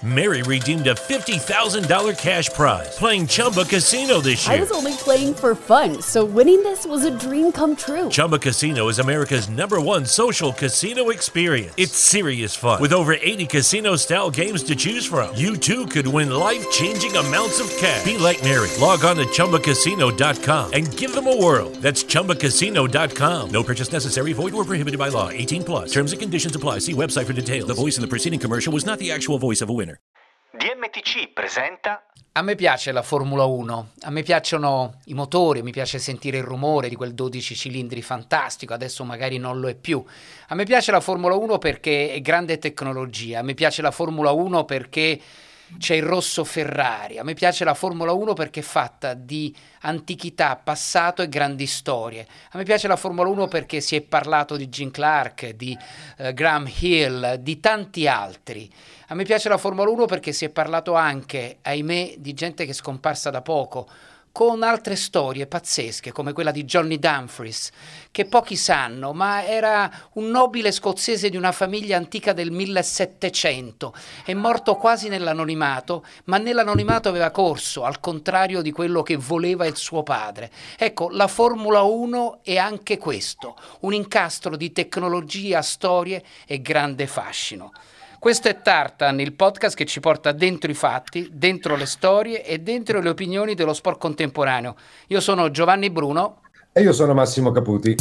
Mary redeemed a $50,000 cash prize playing Chumba Casino this year. I was only playing for fun, so winning this was a dream come true. Chumba Casino is America's #1 social casino experience. It's serious fun. With over 80 casino-style games to choose from, you too could win life-changing amounts of cash. Be like Mary. Log on to ChumbaCasino.com and give them a whirl. That's ChumbaCasino.com. No purchase necessary. Void where prohibited by law. 18 plus. Terms and conditions apply. See website for details. The voice in the preceding commercial was not the actual voice of a winner. DMTC presenta. A me piace la Formula 1, a me piacciono i motori, mi piace sentire il rumore di quel 12 cilindri fantastico, adesso magari non lo è più. A me piace la Formula 1 perché è grande tecnologia, a me piace la Formula 1 perché c'è il rosso Ferrari, a me piace la Formula 1 perché è fatta di antichità, passato e grandi storie. A me piace la Formula 1 perché si è parlato di Jim Clark, di Graham Hill, di tanti altri. A me piace la Formula 1 perché si è parlato anche, ahimè, di gente che è scomparsa da poco, con altre storie pazzesche come quella di Johnny Dumfries, che pochi sanno, ma era un nobile scozzese di una famiglia antica del 1700, è morto quasi nell'anonimato, ma nell'anonimato aveva corso, al contrario di quello che voleva il suo padre. Ecco, la Formula 1 è anche questo, un incastro di tecnologia, storie e grande fascino. Questo è Tartan, il podcast che ci porta dentro i fatti, dentro le storie e dentro le opinioni dello sport contemporaneo. Io sono Giovanni Bruno. E io sono Massimo Caputi.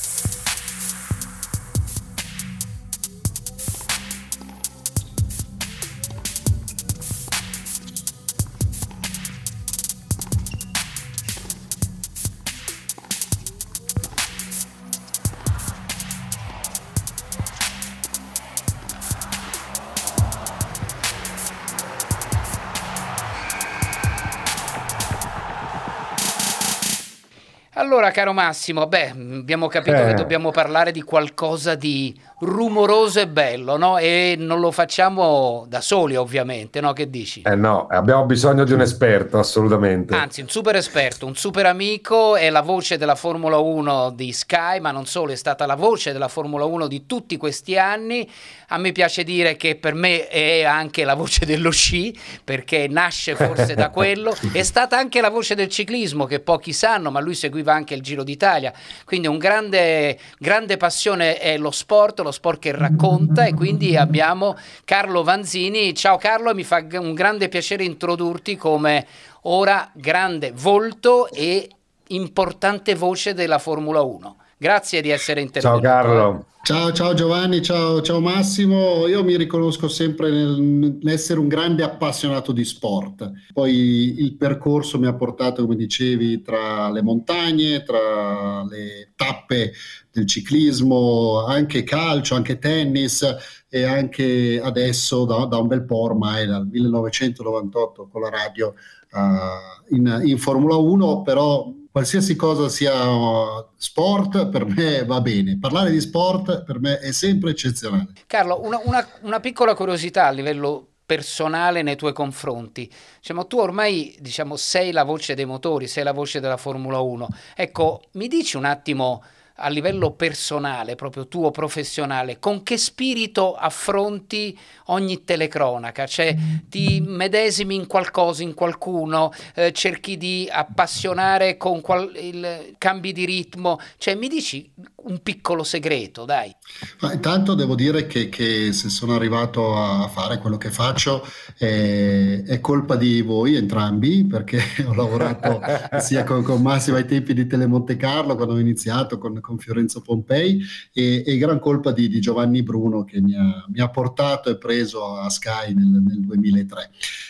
Allora, caro Massimo, abbiamo capito che dobbiamo parlare di qualcosa di rumoroso e bello, no? E non lo facciamo da soli, ovviamente, no? Che dici? No, abbiamo bisogno di un esperto, assolutamente. Anzi, un super esperto, un super amico, è la voce della Formula 1 di Sky, ma non solo, è stata la voce della Formula 1 di tutti questi anni. A me piace dire che per me è anche la voce dello sci, perché nasce forse da quello. È stata anche la voce del ciclismo, che pochi sanno, ma lui seguiva anche il Giro d'Italia. Quindi un grande passione è lo sport che racconta, e quindi abbiamo Carlo Vanzini. Ciao Carlo, mi fa un grande piacere introdurti come ora grande volto e importante voce della Formula 1. Grazie di essere intervenuto. Ciao Carlo. Ciao Giovanni, ciao Massimo. Io mi riconosco sempre nell'essere un grande appassionato di sport. Poi il percorso mi ha portato, come dicevi, tra le montagne, tra le tappe del ciclismo, anche calcio, anche tennis, e anche adesso da un bel po', ormai dal 1998 con la radio in Formula 1, però qualsiasi cosa sia sport per me va bene. Parlare di sport per me è sempre eccezionale. Carlo, una piccola curiosità a livello personale nei tuoi confronti. Diciamo, tu ormai sei la voce dei motori, sei la voce della Formula 1. Ecco, mi dici un attimo a livello personale, proprio tuo professionale, con che spirito affronti ogni telecronaca? Cioè, ti medesimi in qualcosa, in qualcuno, cerchi di appassionare con cambi di ritmo? Cioè, mi dici un piccolo segreto, dai. Ma intanto devo dire che se sono arrivato a fare quello che faccio è colpa di voi entrambi, perché ho lavorato sia con Massimo ai tempi di Telemonte Carlo, quando ho iniziato con Fiorenzo Pompei, e gran colpa di Giovanni Bruno, che mi ha portato e preso a Sky nel 2003.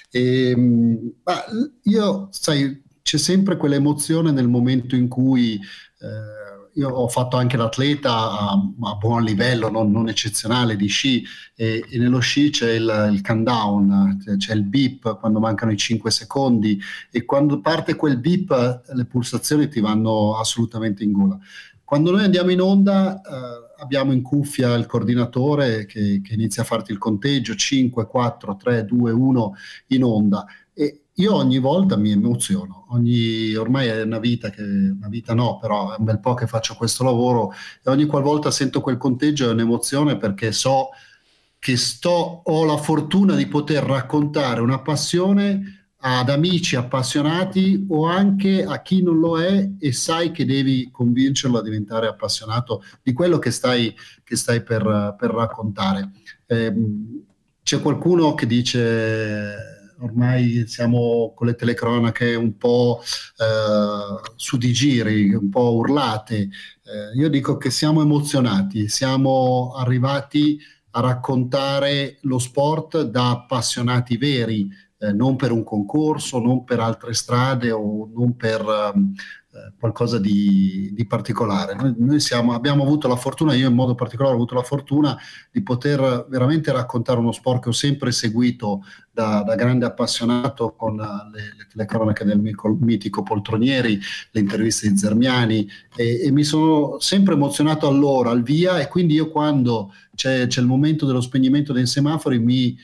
Io, sai, c'è sempre quell'emozione nel momento in cui io ho fatto anche l'atleta a buon livello, non eccezionale, di sci, e nello sci c'è il countdown, c'è il beep quando mancano i 5 secondi, e quando parte quel beep le pulsazioni ti vanno assolutamente in gola. Quando noi andiamo in onda abbiamo in cuffia il coordinatore che inizia a farti il conteggio, 5, 4, 3, 2, 1 in onda, e io ogni volta mi emoziono. Ormai è una vita no, però è un bel po' che faccio questo lavoro, e ogni qualvolta sento quel conteggio è un'emozione, perché so ho la fortuna di poter raccontare una passione ad amici appassionati o anche a chi non lo è e sai che devi convincerlo a diventare appassionato di quello che stai per raccontare. C'è qualcuno che dice ormai siamo con le telecronache un po' su di giri, un po' urlate. Io dico che siamo emozionati, siamo arrivati a raccontare lo sport da appassionati veri, non per un concorso, non per altre strade o non per qualcosa di particolare. Noi abbiamo avuto la fortuna, io in modo particolare ho avuto la fortuna di poter veramente raccontare uno sport che ho sempre seguito da grande appassionato, con le telecronache del mitico Poltronieri, le interviste di Zermiani, e mi sono sempre emozionato allora al via, e quindi io quando c'è il momento dello spegnimento dei semafori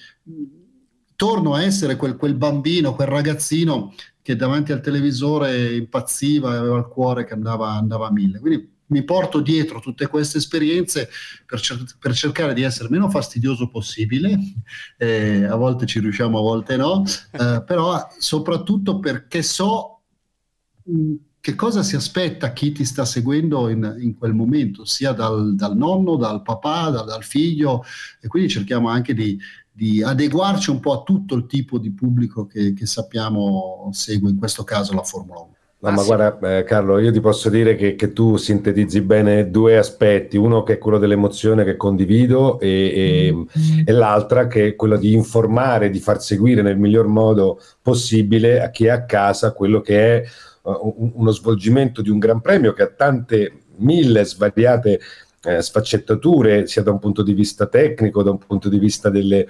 torno a essere quel bambino, quel ragazzino che davanti al televisore impazziva e aveva il cuore che andava a mille. Quindi mi porto dietro tutte queste esperienze per cercare di essere meno fastidioso possibile, a volte ci riusciamo, a volte no, però soprattutto perché so che cosa si aspetta chi ti sta seguendo in quel momento, sia dal nonno, dal papà, dal figlio, e quindi cerchiamo anche di adeguarci un po' a tutto il tipo di pubblico che sappiamo segue, in questo caso, la Formula 1. No, ma guarda, Carlo, io ti posso dire che tu sintetizzi bene due aspetti: uno che è quello dell'emozione, che condivido, e l'altra che è quello di informare, di far seguire nel miglior modo possibile a chi è a casa quello che è uno svolgimento di un Gran Premio che ha tante mille svariate sfaccettature, sia da un punto di vista tecnico, da un punto di vista delle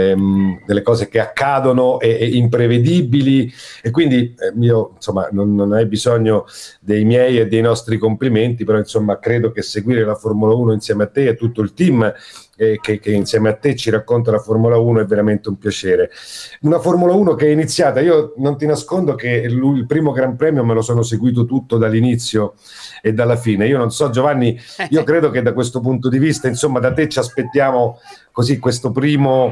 cose che accadono e imprevedibili, e quindi io insomma non hai bisogno dei miei e dei nostri complimenti, però insomma credo che seguire la Formula 1 insieme a te e tutto il team che insieme a te ci racconta la Formula 1 è veramente un piacere. Una Formula 1 che è iniziata, io non ti nascondo che il primo Gran Premio me lo sono seguito tutto dall'inizio e dalla fine. Io non so, Giovanni, io credo che da questo punto di vista, insomma, da te ci aspettiamo così questo primo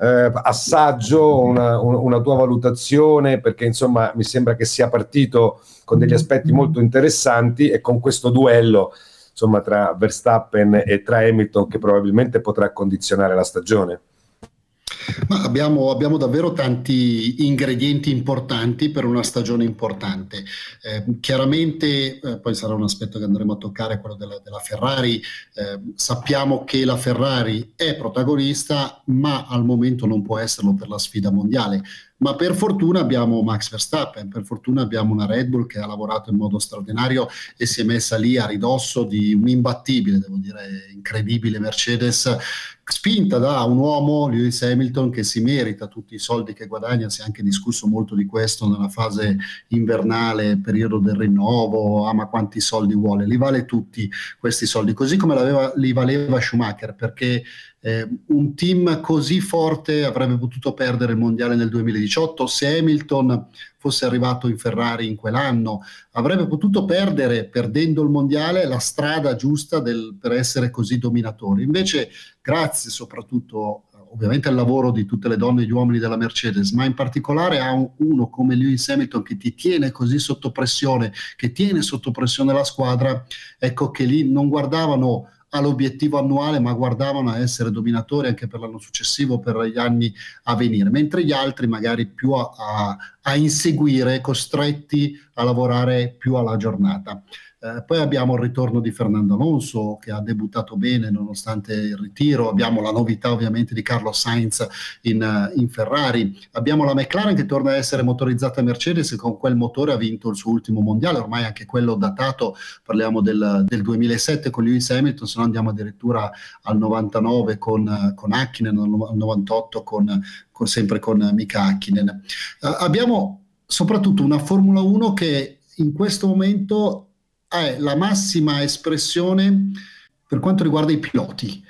assaggio, una tua valutazione, perché insomma mi sembra che sia partito con degli aspetti molto interessanti, e con questo duello insomma tra Verstappen e tra Hamilton che probabilmente potrà condizionare la stagione. Ma abbiamo davvero tanti ingredienti importanti per una stagione importante. Chiaramente poi sarà un aspetto che andremo a toccare, quello della Ferrari. Sappiamo che la Ferrari è protagonista, ma al momento non può esserlo per la sfida mondiale. Ma per fortuna abbiamo Max Verstappen, per fortuna abbiamo una Red Bull che ha lavorato in modo straordinario e si è messa lì a ridosso di un imbattibile, devo dire incredibile Mercedes, spinta da un uomo, Lewis Hamilton, che si merita tutti i soldi che guadagna. Si è anche discusso molto di questo nella fase invernale, periodo del rinnovo, ma quanti soldi vuole, li vale tutti questi soldi, così come li valeva Schumacher, perché un team così forte avrebbe potuto perdere il mondiale nel 2018 se Hamilton fosse arrivato in Ferrari in quell'anno, avrebbe potuto perdere, perdendo il mondiale, la strada giusta per essere così dominatori. Invece, grazie soprattutto ovviamente al lavoro di tutte le donne e gli uomini della Mercedes, ma in particolare a uno come Lewis Hamilton che ti tiene così sotto pressione, che tiene sotto pressione la squadra, ecco che lì non guardavano all'obiettivo annuale, ma guardavano a essere dominatori anche per l'anno successivo, per gli anni a venire, mentre gli altri magari più a inseguire, costretti a lavorare più alla giornata. Poi abbiamo il ritorno di Fernando Alonso, che ha debuttato bene nonostante il ritiro. Abbiamo la novità ovviamente di Carlos Sainz in Ferrari. Abbiamo la McLaren che torna a essere motorizzata Mercedes, e con quel motore ha vinto il suo ultimo mondiale, ormai anche quello datato, parliamo del 2007 con Lewis Hamilton, se no andiamo addirittura al 99 con Häkkinen, al 98 sempre con Mika Häkkinen. Abbiamo soprattutto una Formula 1 che in questo momento è la massima espressione per quanto riguarda i piloti,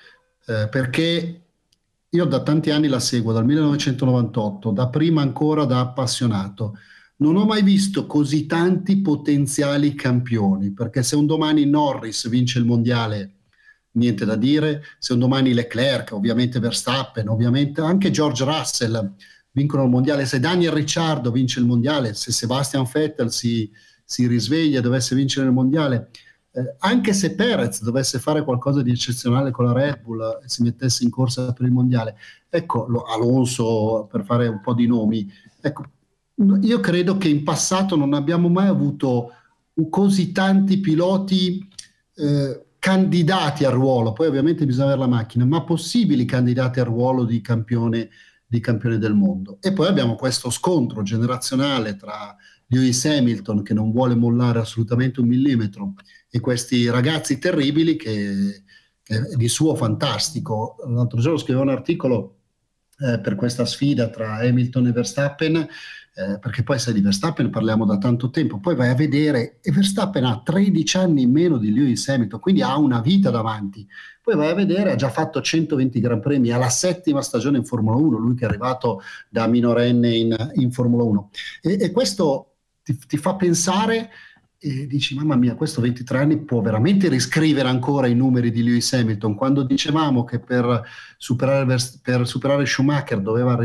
perché io da tanti anni la seguo, dal 1998, da prima ancora da appassionato. Non ho mai visto così tanti potenziali campioni, perché se un domani Norris vince il mondiale, niente da dire. Se un domani Leclerc, ovviamente Verstappen, ovviamente anche George Russell vincono il mondiale, se Daniel Ricciardo vince il mondiale, se Sebastian Vettel si risveglia e dovesse vincere il mondiale, anche se Perez dovesse fare qualcosa di eccezionale con la Red Bull e si mettesse in corsa per il mondiale, ecco, Alonso, per fare un po' di nomi, ecco, io credo che in passato non abbiamo mai avuto così tanti piloti candidati al ruolo, poi ovviamente bisogna avere la macchina, ma possibili candidati al ruolo di campione del mondo. E poi abbiamo questo scontro generazionale tra Lewis Hamilton, che non vuole mollare assolutamente un millimetro, e questi ragazzi terribili che è di suo fantastico. L'altro giorno scrivevo un articolo per questa sfida tra Hamilton e Verstappen, perché poi sai, di Verstappen parliamo da tanto tempo, poi vai a vedere e Verstappen ha 13 anni in meno di Lewis Hamilton, quindi ha una vita davanti. Poi vai a vedere, ha già fatto 120 Gran Premi, ha la 7ª stagione in Formula 1, lui che è arrivato da minorenne in Formula 1. E questo ti fa pensare e dici, mamma mia, questo 23 anni può veramente riscrivere ancora i numeri di Lewis Hamilton. Quando dicevamo che per superare Schumacher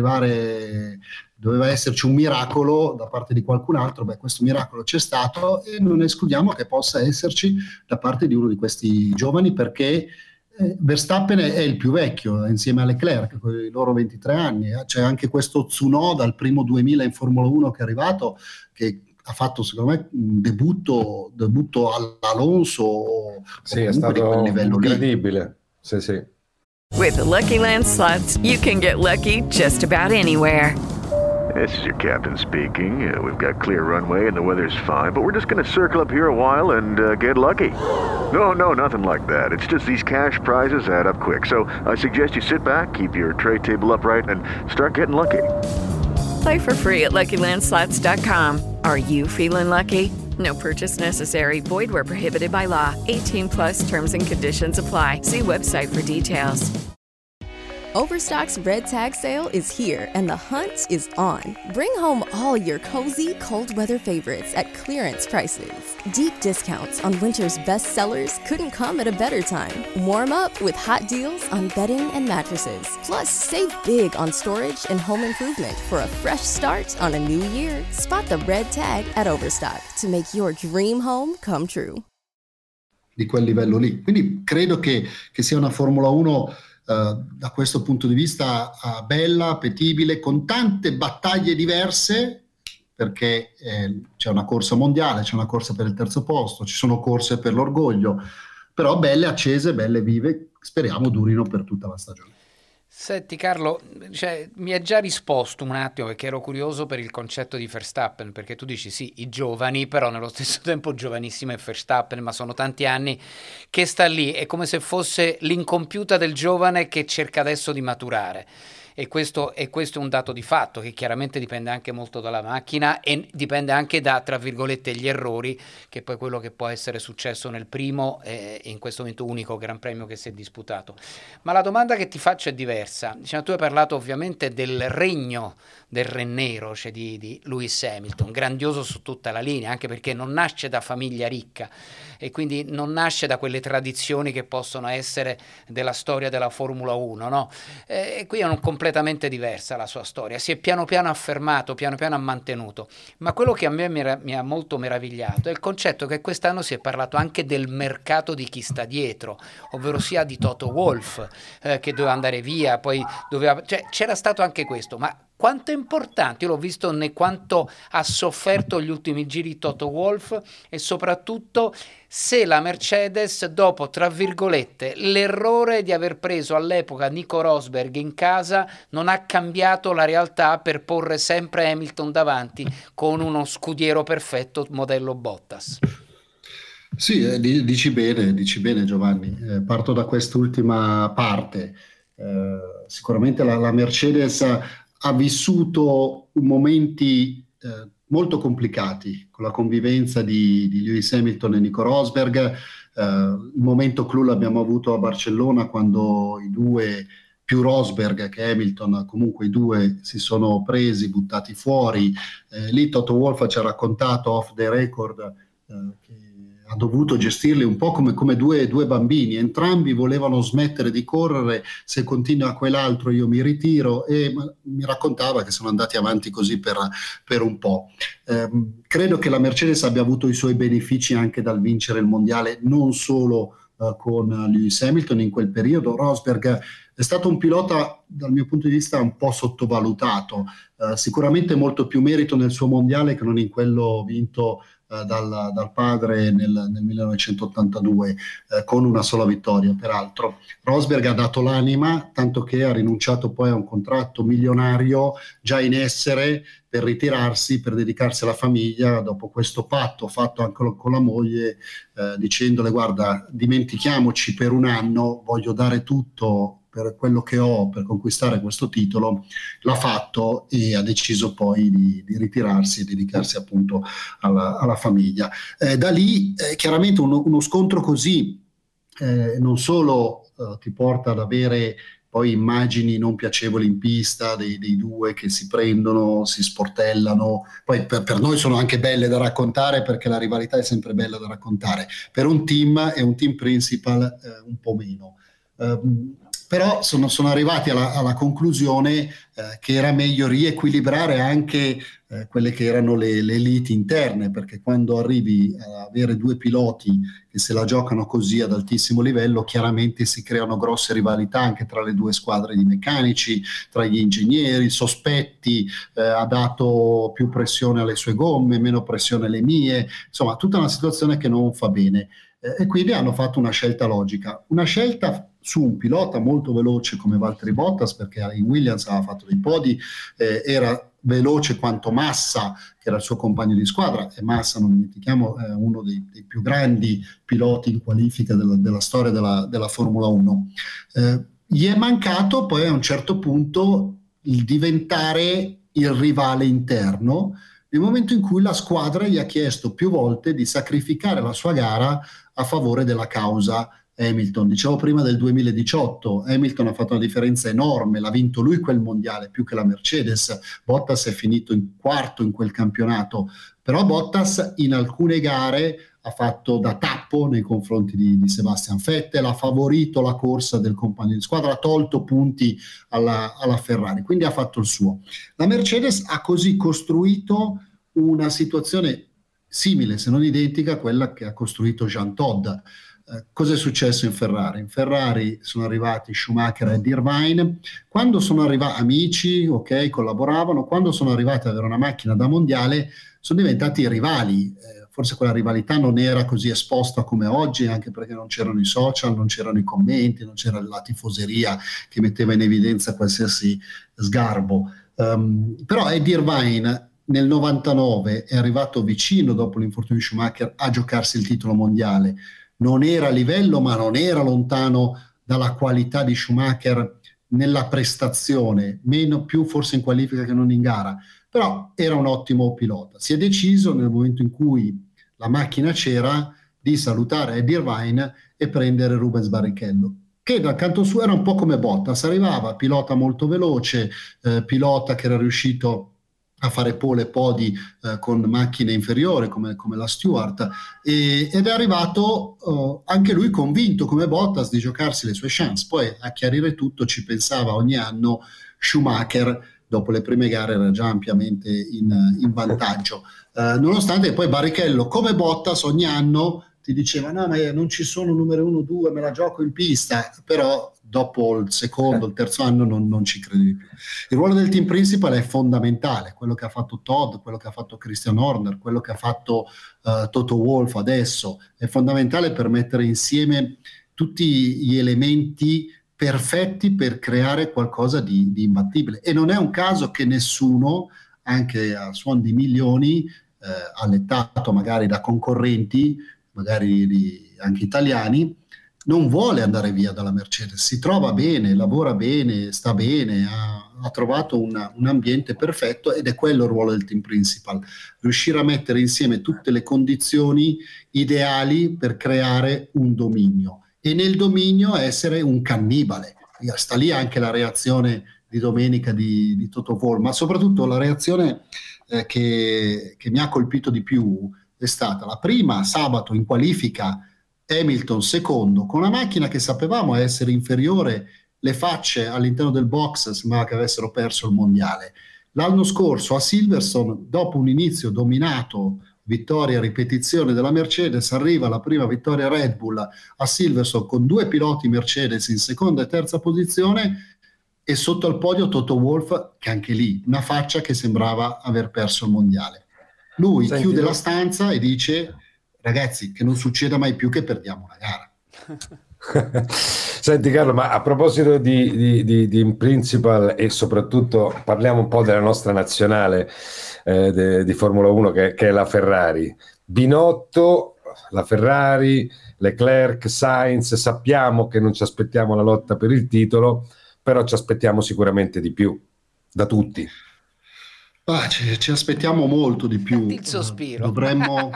doveva esserci un miracolo da parte di qualcun altro, questo miracolo c'è stato e non escludiamo che possa esserci da parte di uno di questi giovani, perché Verstappen è il più vecchio insieme a Leclerc con i loro 23 anni. C'è anche questo Tsunoda al primo 2000 in Formula 1 che è arrivato, che ha fatto secondo me un debutto all'Alonso, sì, è stato incredibile. Sì. With the Lucky Land Slots, you can get lucky just about anywhere. This is your captain speaking. We've got clear runway and the weather's fine, but we're just going to circle up here a while and get lucky. No, nothing like that. It's just these cash prizes add up quick. So I suggest you sit back, keep your tray table upright, and start getting lucky. Play for free at LuckyLandSlots.com. Are you feeling lucky? No purchase necessary. Void where prohibited by law. 18 plus terms and conditions apply. See website for details. Overstock's Red Tag Sale is here and the hunt is on. Bring home all your cozy, cold weather favorites at clearance prices. Deep discounts on winter's best sellers couldn't come at a better time. Warm up with hot deals on bedding and mattresses. Plus, save big on storage and home improvement for a fresh start on a new year. Spot the red tag at Overstock to make your dream home come true. Di quel livello lì. Quindi credo che sia una Formula 1 da questo punto di vista bella, appetibile, con tante battaglie diverse, perché c'è una corsa mondiale, c'è una corsa per il terzo posto, ci sono corse per l'orgoglio, però belle accese, belle vive, speriamo durino per tutta la stagione. Senti Carlo, mi hai già risposto un attimo, perché ero curioso per il concetto di Verstappen, perché tu dici sì, i giovani, però nello stesso tempo giovanissimo è Verstappen, ma sono tanti anni che sta lì, è come se fosse l'incompiuta del giovane che cerca adesso di maturare. E questo è un dato di fatto che chiaramente dipende anche molto dalla macchina e dipende anche da, tra virgolette, gli errori, che poi quello che può essere successo nel primo e in questo momento unico Gran Premio che si è disputato. Ma la domanda che ti faccio è diversa. Diciamo, tu hai parlato ovviamente del regno del Re Nero, cioè di Lewis Hamilton, grandioso su tutta la linea, anche perché non nasce da famiglia ricca e quindi non nasce da quelle tradizioni che possono essere della storia della Formula 1, no? E qui è completamente diversa la sua storia, si è piano piano affermato, piano piano ha mantenuto, ma quello che a me mi ha molto meravigliato è il concetto che quest'anno si è parlato anche del mercato di chi sta dietro, ovvero sia di Toto Wolff, che doveva andare via, poi c'era stato anche questo, ma quanto è importante, io l'ho visto né quanto ha sofferto gli ultimi giri Toto Wolff e soprattutto se la Mercedes, dopo tra virgolette l'errore di aver preso all'epoca Nico Rosberg in casa, non ha cambiato la realtà per porre sempre Hamilton davanti con uno scudiero perfetto modello Bottas. Sì, dici bene Giovanni, parto da quest'ultima parte. Sicuramente la Mercedes ha vissuto momenti molto complicati con la convivenza di Lewis Hamilton e Nico Rosberg. Il momento clou l'abbiamo avuto a Barcellona, quando i due, più Rosberg che Hamilton, comunque i due si sono buttati fuori. Lì Toto Wolff ci ha raccontato off the record che ha dovuto gestirli un po' come due bambini, entrambi volevano smettere di correre, se continua quell'altro io mi ritiro, e mi raccontava che sono andati avanti così per un po'. Credo che la Mercedes abbia avuto i suoi benefici anche dal vincere il mondiale, non solo con Lewis Hamilton in quel periodo. Rosberg è stato un pilota dal mio punto di vista un po' sottovalutato, sicuramente molto più merito nel suo mondiale che non in quello vinto dal padre nel 1982, con una sola vittoria peraltro. Rosberg ha dato l'anima, tanto che ha rinunciato poi a un contratto milionario già in essere per ritirarsi, per dedicarsi alla famiglia, dopo questo patto fatto anche con la moglie, dicendole: guarda, dimentichiamoci per un anno, voglio dare tutto per quello che ho per conquistare questo titolo. L'ha fatto e ha deciso poi di ritirarsi e dedicarsi appunto alla famiglia. Da lì chiaramente uno scontro così non solo ti porta ad avere poi immagini non piacevoli in pista dei due che si prendono, si sportellano. Poi per noi sono anche belle da raccontare, perché la rivalità è sempre bella da raccontare. Per un team e un team principal un po' meno. Però sono arrivati alla conclusione che era meglio riequilibrare anche quelle che erano le liti interne, perché quando arrivi a avere due piloti che se la giocano così ad altissimo livello, chiaramente si creano grosse rivalità anche tra le due squadre di meccanici, tra gli ingegneri, sospetti, ha dato più pressione alle sue gomme, meno pressione alle mie, insomma tutta una situazione che non fa bene. E quindi hanno fatto una scelta logica, una scelta su un pilota molto veloce come Valtteri Bottas, perché in Williams aveva fatto dei podi, era veloce quanto Massa, che era il suo compagno di squadra, e Massa, non dimentichiamo, è uno dei più grandi piloti in qualifica della storia della Formula 1. Gli è mancato poi a un certo punto il diventare il rivale interno, nel momento in cui la squadra gli ha chiesto più volte di sacrificare la sua gara a favore della causa Hamilton. Dicevo prima del 2018, Hamilton ha fatto una differenza enorme, l'ha vinto lui quel mondiale più che la Mercedes. Bottas è finito in quarto in quel campionato, però Bottas in alcune gare ha fatto da tappo nei confronti di Sebastian Vettel, ha favorito la corsa del compagno di squadra, ha tolto punti alla Ferrari, quindi ha fatto il suo. La Mercedes ha così costruito una situazione simile, se non identica, a quella che ha costruito Jean Todt. Cosa è successo in Ferrari? In Ferrari sono arrivati Schumacher e Irvine, quando sono arrivati amici, ok, collaboravano, quando sono arrivati ad avere una macchina da mondiale sono diventati rivali. Forse quella rivalità non era così esposta come oggi, anche perché non c'erano i social, non c'erano i commenti, non c'era la tifoseria che metteva in evidenza qualsiasi sgarbo. Però Eddie Irvine nel 99 è arrivato vicino, dopo l'infortunio di Schumacher, a giocarsi il titolo mondiale. Non era a livello, ma non era lontano dalla qualità di Schumacher nella prestazione, meno più forse in qualifica che non in gara, però era un ottimo pilota. Si è deciso, nel momento in cui la macchina c'era, di salutare Eddie Irvine e prendere Rubens Barrichello, che dal canto suo era un po' come Bottas, arrivava pilota molto veloce, pilota che era riuscito a fare pole e podi con macchine inferiori come la Stewart, ed è arrivato anche lui convinto come Bottas di giocarsi le sue chance. Poi a chiarire tutto ci pensava ogni anno Schumacher, dopo le prime gare era già ampiamente in vantaggio, nonostante poi Barrichello come Bottas ogni anno ti diceva: no, ma non ci sono numero 1, 2, me la gioco in pista, però dopo il secondo, il terzo anno non ci credevi più. Il ruolo del team principal è fondamentale, quello che ha fatto Todd, quello che ha fatto Christian Horner, quello che ha fatto Toto Wolff adesso, è fondamentale per mettere insieme tutti gli elementi perfetti per creare qualcosa di imbattibile. E non è un caso che nessuno, anche a suon di milioni, allettato magari da concorrenti, magari anche italiani, non vuole andare via dalla Mercedes, si trova bene, lavora bene, sta bene, ha trovato un ambiente perfetto, ed è quello il ruolo del team principal, riuscire a mettere insieme tutte le condizioni ideali per creare un dominio, e nel dominio essere un cannibale. Sta lì anche la reazione di domenica di Toto Wolff, ma soprattutto la reazione che mi ha colpito di più è stata la prima sabato in qualifica, Hamilton secondo, con una macchina che sapevamo essere inferiore, le facce all'interno del box sembrava che avessero perso il mondiale. L'anno scorso a Silverstone, dopo un inizio dominato, vittoria a ripetizione della Mercedes, arriva la prima vittoria Red Bull a Silverstone con 2 piloti Mercedes in seconda e terza posizione, e sotto al podio Toto Wolff, che anche lì una faccia che sembrava aver perso il mondiale. Lui chiude la stanza e dice: ragazzi, che non succeda mai più che perdiamo una gara. Senti Carlo, ma a proposito di in principal, e soprattutto parliamo un po' della nostra nazionale di Formula 1 che è la Ferrari. Binotto, la Ferrari, Leclerc, Sainz, sappiamo che non ci aspettiamo la lotta per il titolo, però ci aspettiamo sicuramente di più da tutti. Ci aspettiamo molto di più. Il sospiro. Dovremmo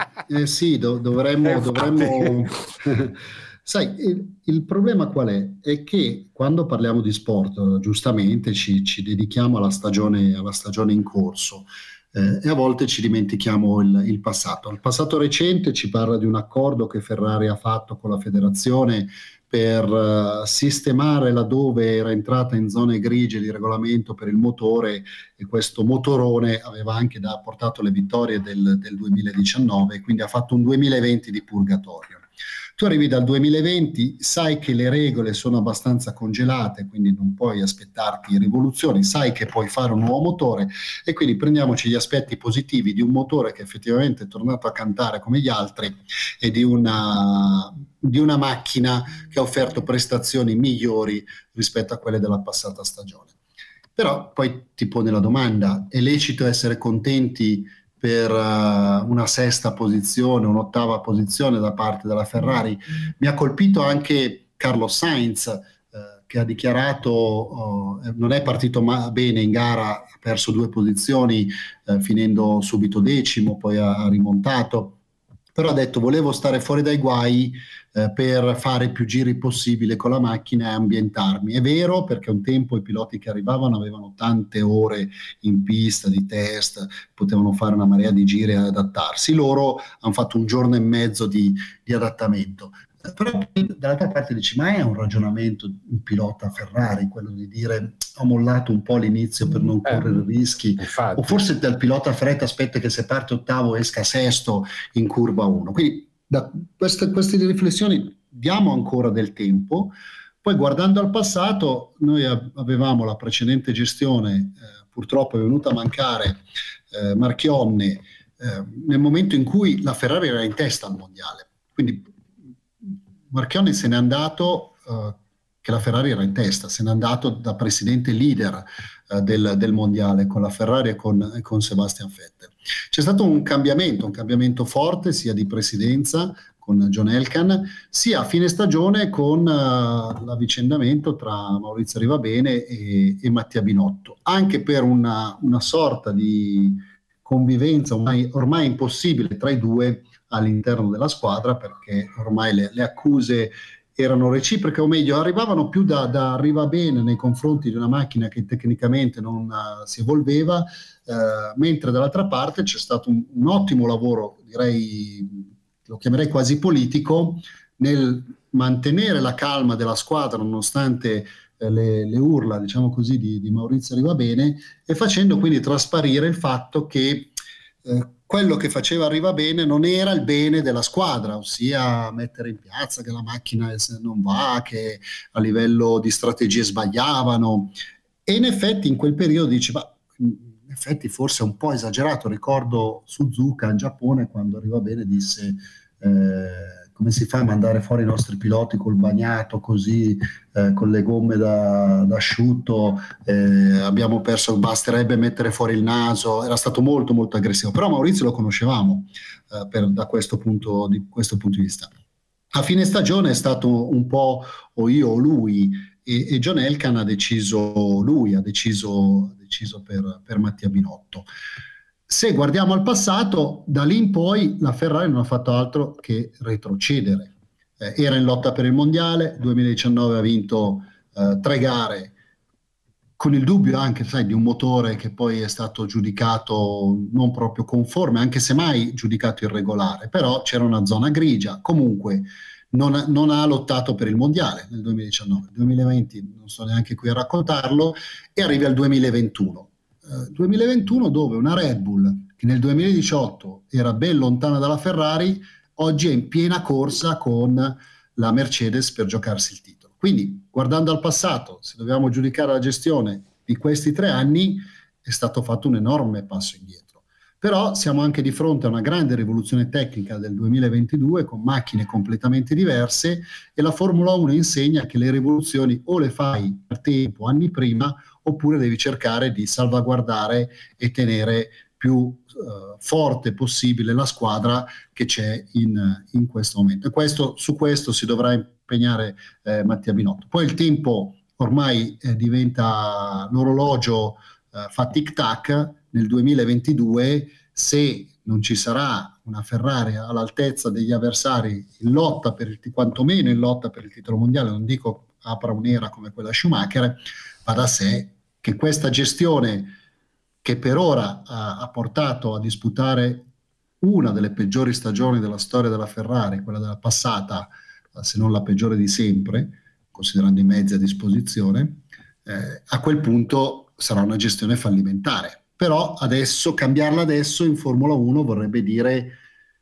sai, il problema qual è? È che quando parliamo di sport, giustamente ci dedichiamo alla stagione in corso, e a volte ci dimentichiamo il passato. Il passato recente ci parla di un accordo che Ferrari ha fatto con la federazione per sistemare laddove era entrata in zone grigie di regolamento per il motore, e questo motorone aveva anche portato le vittorie del 2019, quindi ha fatto un 2020 di purgatorio. Tu arrivi dal 2020, sai che le regole sono abbastanza congelate, quindi non puoi aspettarti rivoluzioni, sai che puoi fare un nuovo motore, e quindi prendiamoci gli aspetti positivi di un motore che effettivamente è tornato a cantare come gli altri, e di una macchina che ha offerto prestazioni migliori rispetto a quelle della passata stagione. Però poi ti pone la domanda: è lecito essere contenti per una sesta posizione, un'ottava posizione da parte della Ferrari? Mi ha colpito anche Carlos Sainz, che ha dichiarato non è partito bene in gara, ha perso 2 posizioni, finendo subito 10º, poi ha rimontato, però ha detto: volevo stare fuori dai guai per fare più giri possibile con la macchina e ambientarmi. È vero, perché un tempo i piloti che arrivavano avevano tante ore in pista di test, potevano fare una marea di giri e adattarsi. Loro hanno fatto 1 giorno e mezzo di adattamento. Però dall'altra parte dici: ma è un ragionamento un pilota Ferrari quello di dire ho mollato un po' l'inizio per non correre rischi? Infatti. O forse dal pilota Ferrari aspetta che se parte ottavo esca sesto in curva 1. Quindi da queste riflessioni diamo ancora del tempo. Poi, guardando al passato, noi avevamo la precedente gestione, purtroppo è venuta a mancare Marchionne nel momento in cui la Ferrari era in testa al mondiale, quindi Marchionne se n'è andato che la Ferrari era in testa, se n'è andato da presidente leader del mondiale con la Ferrari e con Sebastian Vettel. C'è stato un cambiamento forte sia di presidenza con John Elkann, sia a fine stagione con l'avvicendamento tra Maurizio Arrivabene e Mattia Binotto, anche per una sorta di convivenza ormai impossibile tra i due all'interno della squadra, perché ormai le accuse erano reciproche, o meglio arrivavano più da Arrivabene nei confronti di una macchina che tecnicamente non si evolveva, mentre dall'altra parte c'è stato un ottimo lavoro, direi, lo chiamerei quasi politico, nel mantenere la calma della squadra nonostante le urla, diciamo così, di Maurizio Arrivabene, e facendo quindi trasparire il fatto che quello che faceva Arrivabene non era il bene della squadra, ossia mettere in piazza che la macchina non va, che a livello di strategie sbagliavano. E in effetti in quel periodo dice, ma in effetti forse è un po' esagerato. Ricordo Suzuka in Giappone, quando Arrivabene disse come si fa a mandare fuori i nostri piloti col bagnato così, con le gomme da asciutto, abbiamo perso, basterebbe mettere fuori il naso. Era stato molto molto aggressivo, però Maurizio lo conoscevamo da questo punto di vista. A fine stagione è stato un po' o io o lui, e John Elkann ha deciso per Mattia Binotto. Se guardiamo al passato, da lì in poi la Ferrari non ha fatto altro che retrocedere. Era in lotta per il mondiale, 2019 ha vinto 3 gare, con il dubbio anche, sai, di un motore che poi è stato giudicato non proprio conforme, anche se mai giudicato irregolare, però c'era una zona grigia. Comunque non ha lottato per il mondiale nel 2019, nel 2020 non sto neanche qui a raccontarlo, e arrivi al 2021. 2021 dove una Red Bull che nel 2018 era ben lontana dalla Ferrari, oggi è in piena corsa con la Mercedes per giocarsi il titolo. Quindi, guardando al passato, se dobbiamo giudicare la gestione di questi 3 anni, è stato fatto un enorme passo indietro. Però siamo anche di fronte a una grande rivoluzione tecnica del 2022 con macchine completamente diverse, e la Formula 1 insegna che le rivoluzioni o le fai per tempo, anni prima, oppure devi cercare di salvaguardare e tenere più forte possibile la squadra che c'è in questo momento. E su questo si dovrà impegnare Mattia Binotto. Poi il tempo ormai diventa l'orologio, fa tic-tac. Nel 2022, se non ci sarà una Ferrari all'altezza degli avversari quantomeno in lotta per il titolo mondiale, non dico apra un'era come quella Schumacher, va da sé che questa gestione, che per ora ha portato a disputare una delle peggiori stagioni della storia della Ferrari, quella della passata, se non la peggiore di sempre, considerando i mezzi a disposizione, a quel punto sarà una gestione fallimentare. Però cambiarla adesso in Formula 1 vorrebbe dire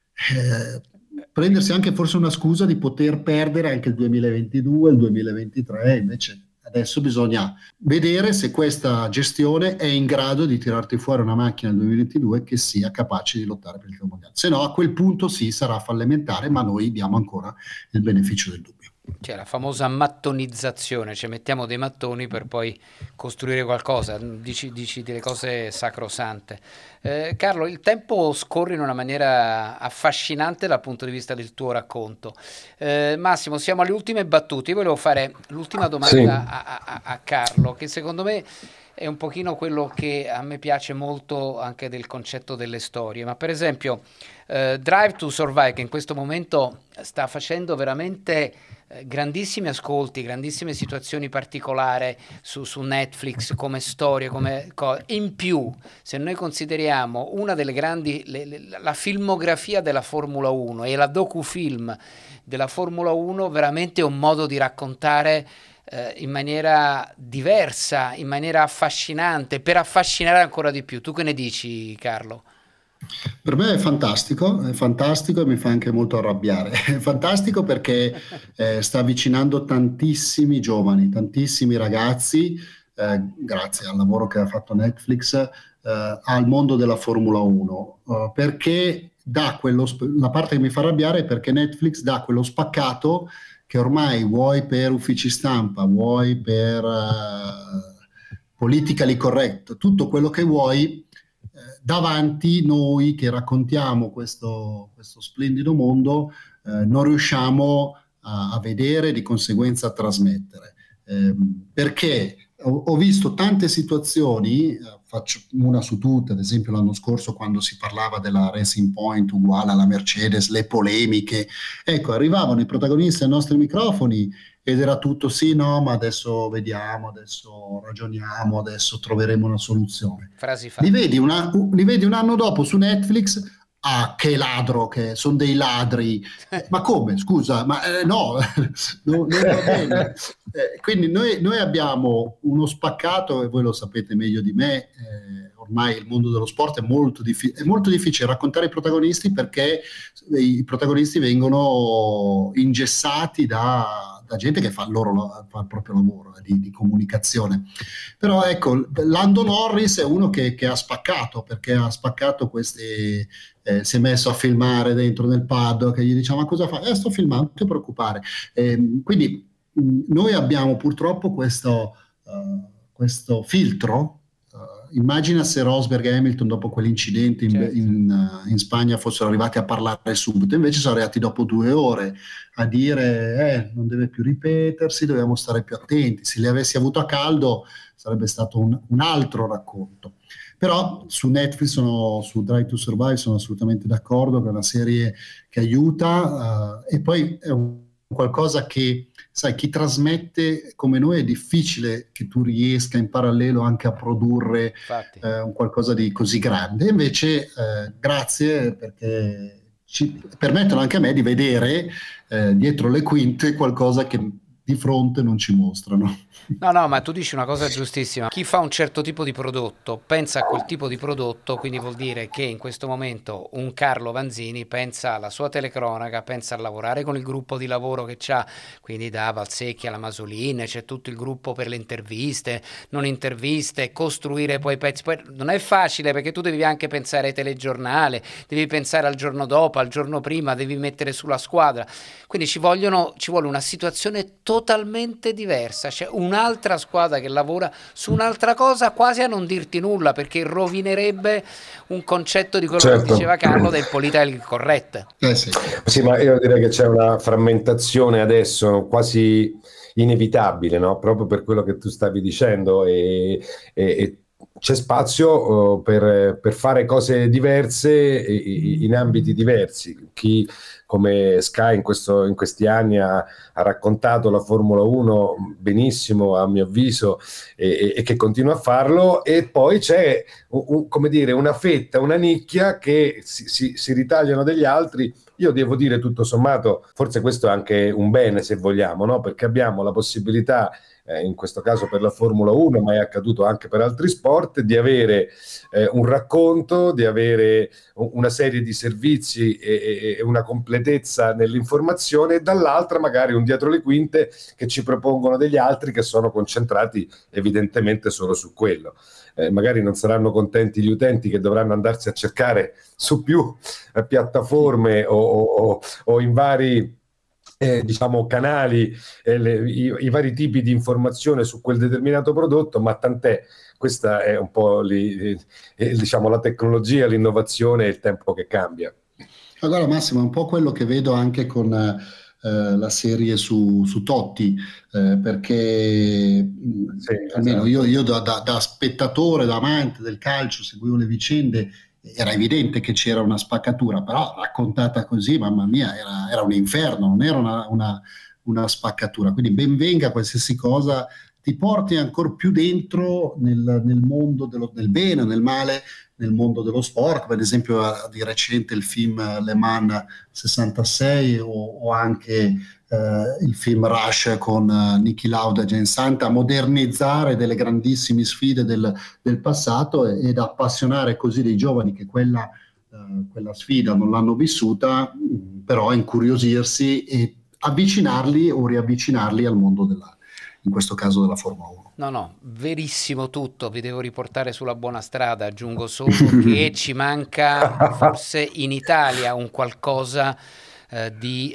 prendersi anche forse una scusa di poter perdere anche il 2022, il 2023, invece adesso bisogna vedere se questa gestione è in grado di tirarti fuori una macchina nel 2022 che sia capace di lottare per il titolo mondiale. Se no, a quel punto sì, sarà fallimentare, ma noi diamo ancora il beneficio del dubbio. C'è la famosa mattonizzazione, cioè mettiamo dei mattoni per poi costruire qualcosa, dici delle cose sacrosante. Carlo, il tempo scorre in una maniera affascinante dal punto di vista del tuo racconto. Massimo, siamo alle ultime battute. Io volevo fare l'ultima domanda a Carlo, che secondo me è un pochino quello che a me piace molto anche del concetto delle storie, ma per esempio Drive to Survive, che in questo momento sta facendo veramente grandissimi ascolti, grandissime situazioni particolari su Netflix come storie, in più, se noi consideriamo una delle grandi, la filmografia della Formula 1 e la docufilm della Formula 1, veramente è un modo di raccontare in maniera diversa, in maniera affascinante, per affascinare ancora di più. Tu che ne dici, Carlo? Per me è fantastico e mi fa anche molto arrabbiare. È fantastico perché sta avvicinando tantissimi giovani, tantissimi ragazzi, grazie al lavoro che ha fatto Netflix, al mondo della Formula 1, perché dà la parte che mi fa arrabbiare è perché Netflix dà quello spaccato che ormai, vuoi per uffici stampa, vuoi per politically correct, tutto quello che vuoi, davanti noi che raccontiamo questo splendido mondo non riusciamo a vedere, di conseguenza a trasmettere. Perché ho visto tante situazioni, faccio una su tutte, ad esempio l'anno scorso quando si parlava della Racing Point uguale alla Mercedes, le polemiche, ecco, arrivavano i protagonisti ai nostri microfoni ed era tutto sì, no, ma adesso vediamo, adesso ragioniamo, adesso troveremo una soluzione. Frasi fatte. Li vedi un anno dopo su Netflix, che ladro, che sono dei ladri, ma come, scusa, ma no, non va bene. Quindi noi abbiamo uno spaccato, e voi lo sapete meglio di me, ormai il mondo dello sport è molto difficile raccontare i protagonisti, perché i protagonisti vengono ingessati da gente che fa il proprio lavoro di comunicazione. Però ecco, Lando Norris è uno che ha spaccato, perché ha spaccato questi, si è messo a filmare dentro nel paddock, che gli diciamo: ma cosa fa? Sto filmando, non ti preoccupare. Quindi noi abbiamo purtroppo questo filtro. Immagina se Rosberg e Hamilton dopo quell'incidente in Spagna fossero arrivati a parlare subito, invece sono arrivati dopo 2 ore a dire non deve più ripetersi, dobbiamo stare più attenti. Se li avessi avuto a caldo sarebbe stato un altro racconto. Però su Netflix, su Drive to Survive, sono assolutamente d'accordo, che è una serie che aiuta, e poi è qualcosa che, sai, chi trasmette come noi è difficile che tu riesca in parallelo anche a produrre un qualcosa di così grande. Invece grazie, perché ci permettono anche a me di vedere dietro le quinte qualcosa che di fronte non ci mostrano. No, ma tu dici una cosa giustissima. Chi fa un certo tipo di prodotto pensa a quel tipo di prodotto, quindi vuol dire che in questo momento un Carlo Vanzini pensa alla sua telecronaca, pensa a lavorare con il gruppo di lavoro che c'ha, quindi da Valsecchi alla Masolin, c'è tutto il gruppo per le interviste, non interviste, costruire poi pezzi. Poi non è facile, perché tu devi anche pensare ai telegiornale, devi pensare al giorno dopo, al giorno prima, devi mettere sulla squadra. Quindi ci vuole una situazione totalmente diversa, c'è un'altra squadra che lavora su un'altra cosa, quasi a non dirti nulla, perché rovinerebbe un concetto di quello che diceva Carlo del politically correct. Sì, ma io direi che c'è una frammentazione adesso quasi inevitabile, no? Proprio per quello che tu stavi dicendo, e c'è spazio per fare cose diverse in ambiti diversi. Chi come Sky in questi anni ha raccontato la Formula 1 benissimo, a mio avviso, e che continua a farlo, e poi c'è come dire, una fetta, una nicchia che si ritagliano degli altri. Io devo dire, tutto sommato, forse questo è anche un bene, se vogliamo, no? Perché abbiamo la possibilità, in questo caso per la Formula 1, ma è accaduto anche per altri sport, di avere un racconto, di avere una serie di servizi e una completezza nell'informazione, e dall'altra magari un dietro le quinte che ci propongono degli altri che sono concentrati evidentemente solo su quello. Magari non saranno contenti gli utenti, che dovranno andarsi a cercare su più piattaforme o in vari diciamo canali i vari tipi di informazione su quel determinato prodotto, ma tant'è. Questa è un po' diciamo la tecnologia, l'innovazione e il tempo che cambia. Allora Massimo, è un po' quello che vedo anche con la serie su Totti, perché almeno io da spettatore, da amante del calcio, seguivo le vicende, era evidente che c'era una spaccatura, però raccontata così, mamma mia, era un inferno, non era una spaccatura. Quindi ben venga qualsiasi cosa ti porti ancora più dentro nel mondo del bene o nel male, nel mondo dello sport, come ad esempio di recente il film Le Mans 66 o anche il film Rush con Niki Lauda e Jens Sant, a modernizzare delle grandissime sfide del passato ed appassionare così dei giovani che quella sfida non l'hanno vissuta, però incuriosirsi e avvicinarli o riavvicinarli al mondo in questo caso della Formula 1. No, verissimo tutto, vi devo riportare sulla buona strada. Aggiungo solo che ci manca forse in Italia un qualcosa di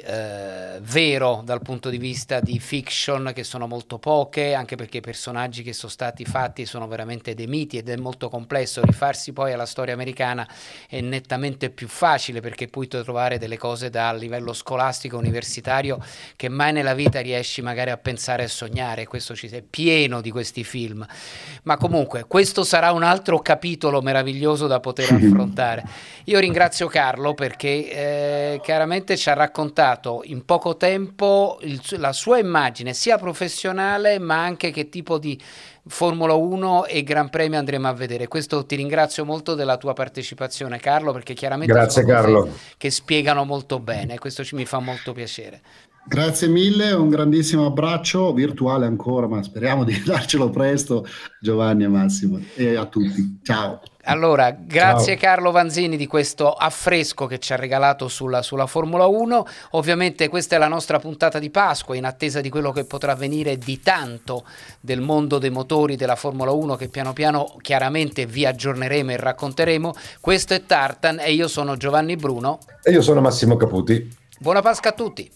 vero dal punto di vista di fiction, che sono molto poche, anche perché i personaggi che sono stati fatti sono veramente dei miti ed è molto complesso. Rifarsi poi alla storia americana è nettamente più facile, perché puoi trovare delle cose da livello scolastico, universitario, che mai nella vita riesci magari a pensare e sognare. Questo ci sei pieno di questi film, ma comunque questo sarà un altro capitolo meraviglioso da poter affrontare. Io ringrazio Carlo perché chiaramente ci ha raccontato in poco tempo la sua immagine sia professionale, ma anche che tipo di Formula 1 e Gran Premio andremo a vedere. Questo ti ringrazio molto della tua partecipazione, Carlo, perché chiaramente grazie, sono Carlo, cose che spiegano molto bene, questo mi fa molto piacere. Grazie mille, un grandissimo abbraccio virtuale ancora, ma speriamo di darcelo presto, Giovanni e Massimo, e a tutti. Ciao. Allora, grazie. Ciao. Carlo Vanzini di questo affresco che ci ha regalato sulla Formula 1. Ovviamente questa è la nostra puntata di Pasqua, in attesa di quello che potrà venire di tanto del mondo dei motori della Formula 1, che piano piano chiaramente vi aggiorneremo e racconteremo. Questo è Tartan e io sono Giovanni Bruno. E io sono Massimo Caputi. Buona Pasqua a tutti.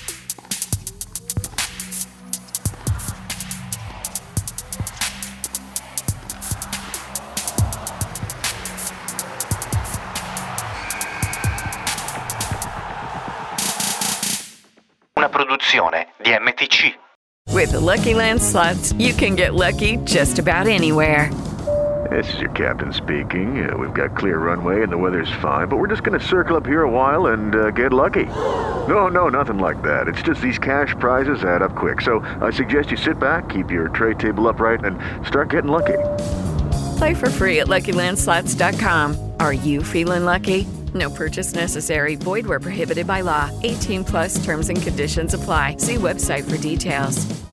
Una produzione di MTC. With the Lucky Land Slots, you can get lucky just about anywhere. This is your captain speaking. We've got clear runway and the weather's fine, but we're just going to circle up here a while and get lucky. No, nothing like that. It's just these cash prizes add up quick. So I suggest you sit back, keep your tray table upright, and start getting lucky. Play for free at LuckyLandSlots.com. Are you feeling lucky? No purchase necessary. Void where prohibited by law. 18+ terms and conditions apply. See website for details.